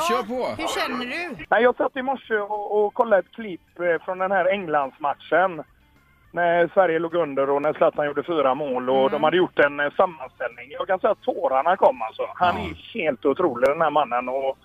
kör på. Hur känner du? Nej, jag satt i morse och kollade ett klipp från den här Englandsmatchen. När Sverige låg under och när Zlatan gjorde 4 mål och de hade gjort en sammanställning. Jag kan säga att tårarna kom alltså. Han är helt otrolig den här mannen och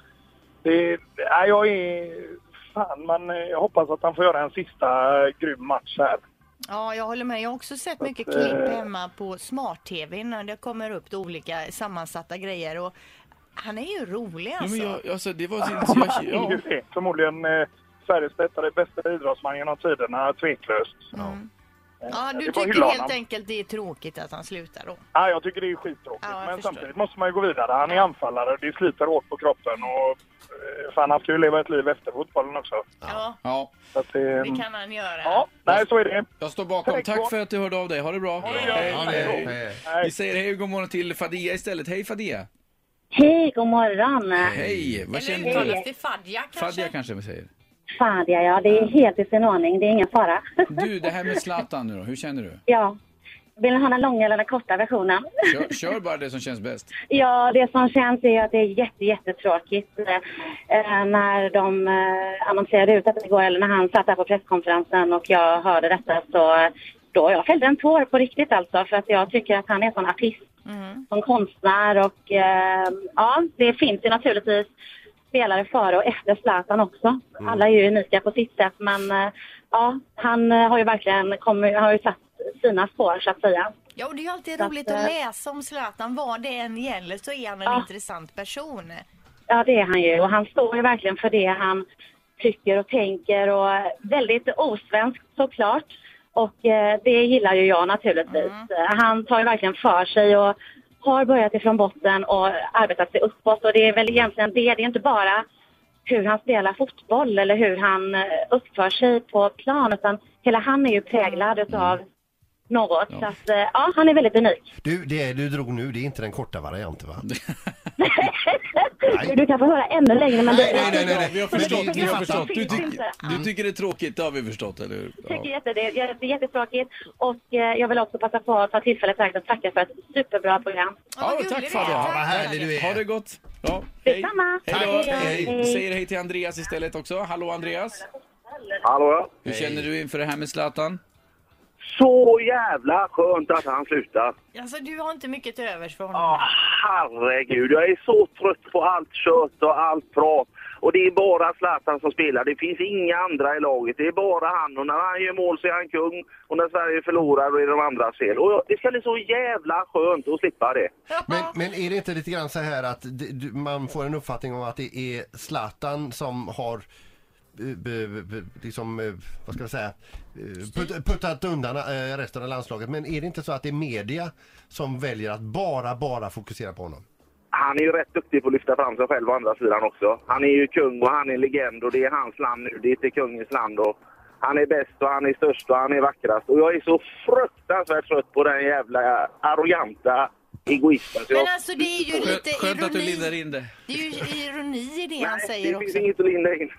jag hoppas att han får göra en sista grym match här. Ja, jag håller med. Jag har också sett mycket klipp hemma på smart-tv när det kommer upp olika sammansatta grejer och han är ju rolig alltså. Ja, men det var Han är ju förmodligen Sveriges bästa idrottsman genom tiderna, tveklöst. Ja, du tycker helt enkelt det är tråkigt att han slutar då? Ja, jag tycker det är skittråkigt. Men samtidigt måste man ju gå vidare. Han är anfallare, det sliter hårt på kroppen och fan, han ska ju leva ett liv efter fotbollen också. Ja. Så att det kan han göra. Ja, nej, så är det. Jag står bakom. Tack för att du hörde av dig. Ha det bra. Hej. Vi säger hej och god morgon till Fadia istället. Hej Fadia. Hej, god morgon. Hej. Vad känner du? Eller Fadja kanske? Fadja kanske vi säger. Fadja, ja. Det är helt i sin ordning. Det är ingen fara. Du, det här med Zlatan nu då. Hur känner du? Ja. Vill du ha den långa eller den korta versionen? Kör bara det som känns bäst. Ja, det som känns är att det är jättetråkigt när de annonserade ut att det går, eller när han satt där på presskonferensen och jag hörde detta, så då jag fällde en tår på riktigt alltså, för att jag tycker att han är sån artist, som konstnär och ja, det finns ju naturligtvis spelare före och efter Zlatan också. Alla är ju unika på sitt sätt, men ja, han har ju verkligen har ju satt sina spår så att säga. Ja, och det är ju alltid roligt att läsa om Zlatan. Vad det än gäller så är han en intressant person. Ja, det är han ju. Och han står ju verkligen för det han tycker och tänker. Och väldigt osvenskt såklart. Och det gillar ju jag naturligtvis. Han tar ju verkligen för sig och har börjat ifrån botten och arbetat sig uppåt. Och det är väl egentligen det. Det är inte bara hur han spelar fotboll eller hur han uppför sig på plan. Utan hela han är ju präglad av något. Så att, ja, han är väldigt unik. Du drog nu, det är inte den korta varianten, va? Du kan få höra ännu längre. Men nej. Vi har förstått. Du tycker det är tråkigt, det har vi förstått, eller hur? Jag tycker det är jättetråkigt. Och jag vill också passa på att ta tillfället att tacka för ett superbra program. Tack Fadia. Vad härlig du är. Ha det gott. Ja, detsamma. Hej då. Säger hej till Andreas istället också. Hallå Andreas. Hallå. Hur känner du inför det här med Zlatan? Så jävla skönt att han slutar. Alltså, du har inte mycket till övers för honom. Herregud, jag är så trött på allt kött och allt prat. Och det är bara Zlatan som spelar. Det finns inga andra i laget. Det är bara han. Och när han gör mål så är han kung. Och när Sverige förlorar då är de andra fel. Och det ska bli så jävla skönt att slippa det. Men är det inte lite grann så här att man får en uppfattning om att det är Zlatan som har liksom, vad ska jag säga, puttat undan resten av landslaget, men är det inte så att det är media som väljer att bara fokusera på honom? Han är ju rätt duktig på att lyfta fram sig själv å andra sidan också. Han är ju kung och han är legend och det är hans land nu, det är inte kungens land och han är bäst och han är störst och han är vackrast och jag är så fruktansvärt trött på den jävla arroganta egoisten. Men alltså det är ju lite skönt ironi. att du lindar in det. Det är ju ironi i det han säger också. Det finns inget att linda in.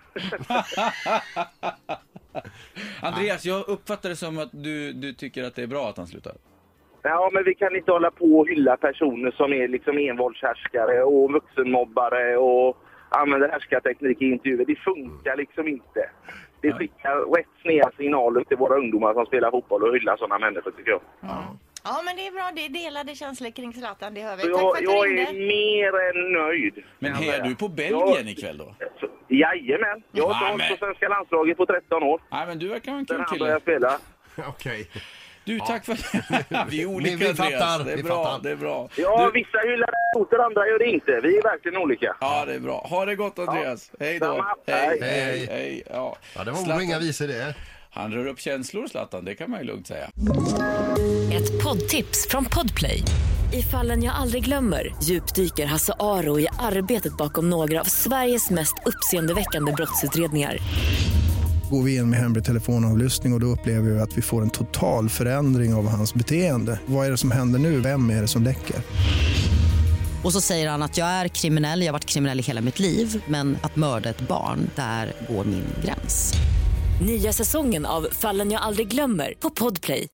Andreas, jag uppfattar det som att du tycker att det är bra att han slutar. Ja, men vi kan inte hålla på och hylla personer som är liksom envåldshärskare och vuxenmobbare och använder härskarteknik i intervjuer. Det funkar liksom inte. Det skickar rätt sneda signaler till våra ungdomar som spelar fotboll och hyllar sådana människor, tycker jag. Ja, men det är bra. Det är delade känslor kring Zlatan, det hör vi. Tack för att jag du ringde. är mer än nöjd. Men är du på Belgien ikväll då? Jajamän. Jag har stått på svenska landslaget på 13 år. Nej, men du verkar vara en kul Sen kille. började jag spela. Okej. Du, tack för vi är olika, vi Andreas. fattar, Det är vi bra, fattar. det är bra. Ja, vissa hyllar det, andra gör det inte. Vi är verkligen olika. Ja, det är bra. Ha det gott, Andreas. Hej då. Samma. Hej. Ja, det var nog inga visor det. Han rör upp känslor, Zlatan, det kan man ju lugnt säga. Ett poddtips från Podplay. I Fallen jag aldrig glömmer djupdyker Hasse Aro i arbetet bakom några av Sveriges mest uppseendeväckande brottsutredningar. Går vi in med hemlig telefonavlyssning och då upplever vi att vi får en total förändring av hans beteende. Vad är det som händer nu? Vem är det som läcker? Och så säger han att jag är kriminell, jag har varit kriminell i hela mitt liv. Men att mörda ett barn, där går min gräns. Nya säsongen av Fallen jag aldrig glömmer på Podplay.